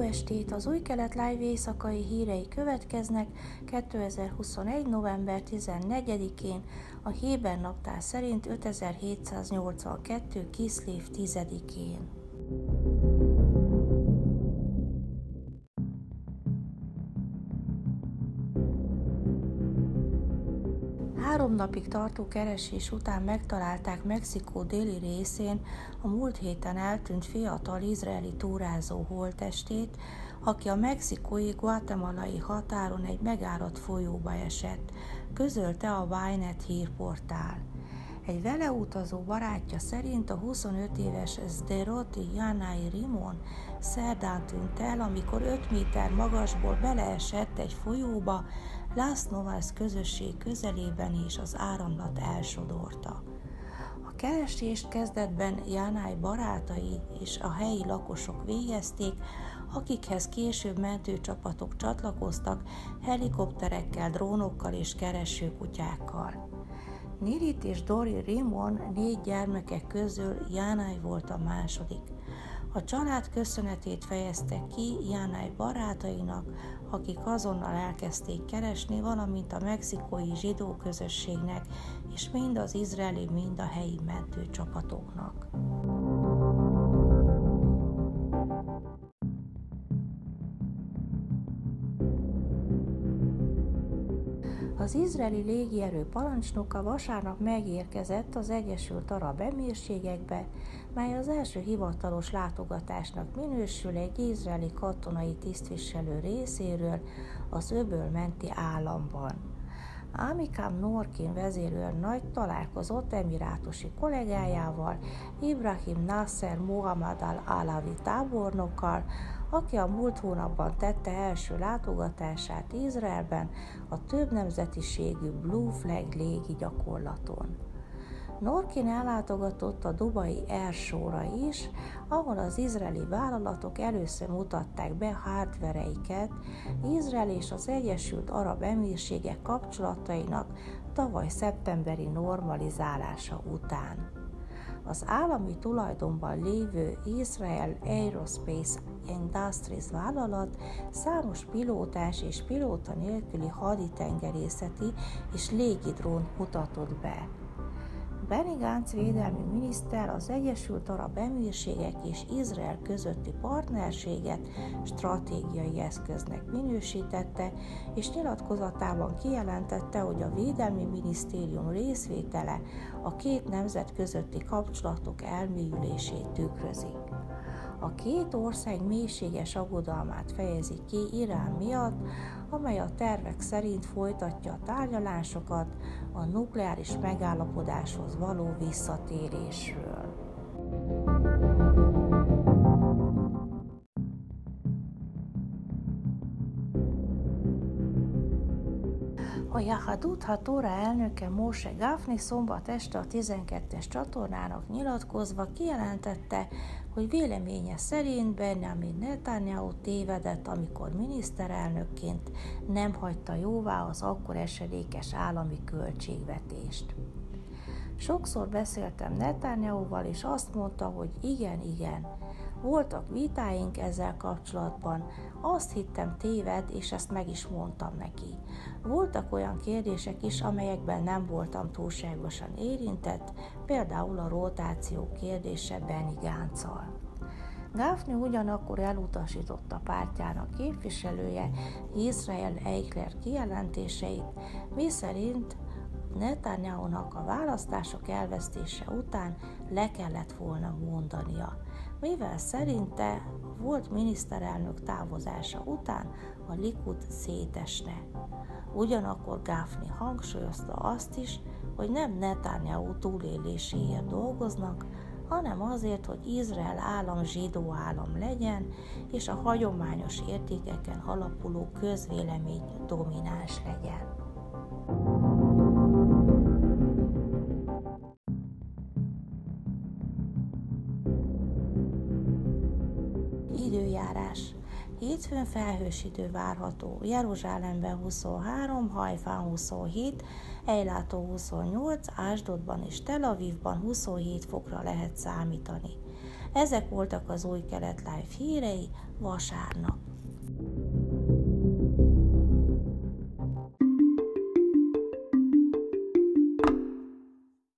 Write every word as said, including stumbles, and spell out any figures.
estét! Az Új Kelet Live éjszakai hírei következnek kétezer-huszonegy. november tizennegyedikén, a Héber naptár szerint ötezer-hétszáznyolcvankettő. Kiszlév tizedikén. Három napig tartó keresés után megtalálták Mexikó déli részén a múlt héten eltűnt fiatal izraeli túrázó holttestét, aki a mexikói guatemalai határon egy megáradt folyóba esett, közölte a Ynet hírportál. Egy vele utazó barátja szerint a huszonöt éves Sderoti Yanai Rimon szerdán tűnt el, amikor öt méter magasból beleesett egy folyóba, Las Novas közösség közelében, és az áramlat elsodorta. A keresést kezdetben Yanai barátai és a helyi lakosok végezték, akikhez később mentőcsapatok csatlakoztak helikopterekkel, drónokkal és keresőkutyákkal. Nirit és Dori Rimon négy gyermekek közül Yanai volt a második. A család köszönetét fejezte ki Yanai barátainak, akik azonnal elkezdték keresni, valamint a mexikói zsidó közösségnek, és mind az izraeli, mind a helyi mentőcsapatoknak. Az izraeli légierő parancsnoka vasárnap megérkezett az Egyesült Arab Emírségekbe, mely az első hivatalos látogatásnak minősül egy izraeli katonai tisztviselő részéről az öböl menti államban. Amikam Norkin vezérőrnagy találkozott emirátusi kollégájával, Ibrahim Nasser Mohammad al-Alawi tábornokkal, aki a múlt hónapban tette első látogatását Izraelben a több nemzetiségű Blue Flag légi gyakorlaton. Norkin ellátogatott a dubai Air Show-ra is, ahol az izraeli vállalatok először mutatták be hardvereiket Izrael és az Egyesült Arab Emírségek kapcsolatainak tavaly szeptemberi normalizálása után. Az állami tulajdonban lévő Israel Aerospace Industries vállalat számos pilótás és pilóta nélküli haditengerészeti és légidrónt mutatott be. Benny Gantz védelmi miniszter az Egyesült Arab Emírségek és Izrael közötti partnerséget stratégiai eszköznek minősítette, és nyilatkozatában kijelentette, hogy a Védelmi Minisztérium részvétele a két nemzet közötti kapcsolatok elmélyülését tükrözi. A két ország mélységes aggodalmát fejezi ki Irán miatt, amely a tervek szerint folytatja a tárgyalásokat a nukleáris megállapodáshoz való visszatérésről. A Yehadut HaTorah elnöke Moshe Gafni szombat este a tizenkettes csatornának nyilatkozva kijelentette, hogy véleménye szerint Benjamin Netanyahu tévedett, amikor miniszterelnökként nem hagyta jóvá az akkor esedékes állami költségvetést. Sokszor beszéltem Netanyahuval, és azt mondta, hogy igen, igen, voltak vitáink ezzel kapcsolatban, azt hittem téved, és ezt meg is mondtam neki. Voltak olyan kérdések is, amelyekben nem voltam túlságosan érintett, például a rotáció kérdése Benny Gantzal. Gafni ugyanakkor elutasította pártjának képviselője Israel Eichler kijelentéseit, miszerint Netanyahunak a választások elvesztése után le kellett volna mondania, mivel szerinte volt miniszterelnök távozása után a Likud szétesne. Ugyanakkor Gafni hangsúlyozta azt is, hogy nem Netanyahu túléléséért dolgoznak, hanem azért, hogy Izrael állam zsidó állam legyen, és a hagyományos értékeken alapuló közvélemény domináns legyen. Időjárás. Hétfőn felhős idő várható, Jeruzsálemben huszonhárom, Hajfán huszonhét, Ejlátó huszonnyolc, Ásdodban és Tel Avivban huszonhét fokra lehet számítani. Ezek voltak az Új Kelet Live hírei vasárnap.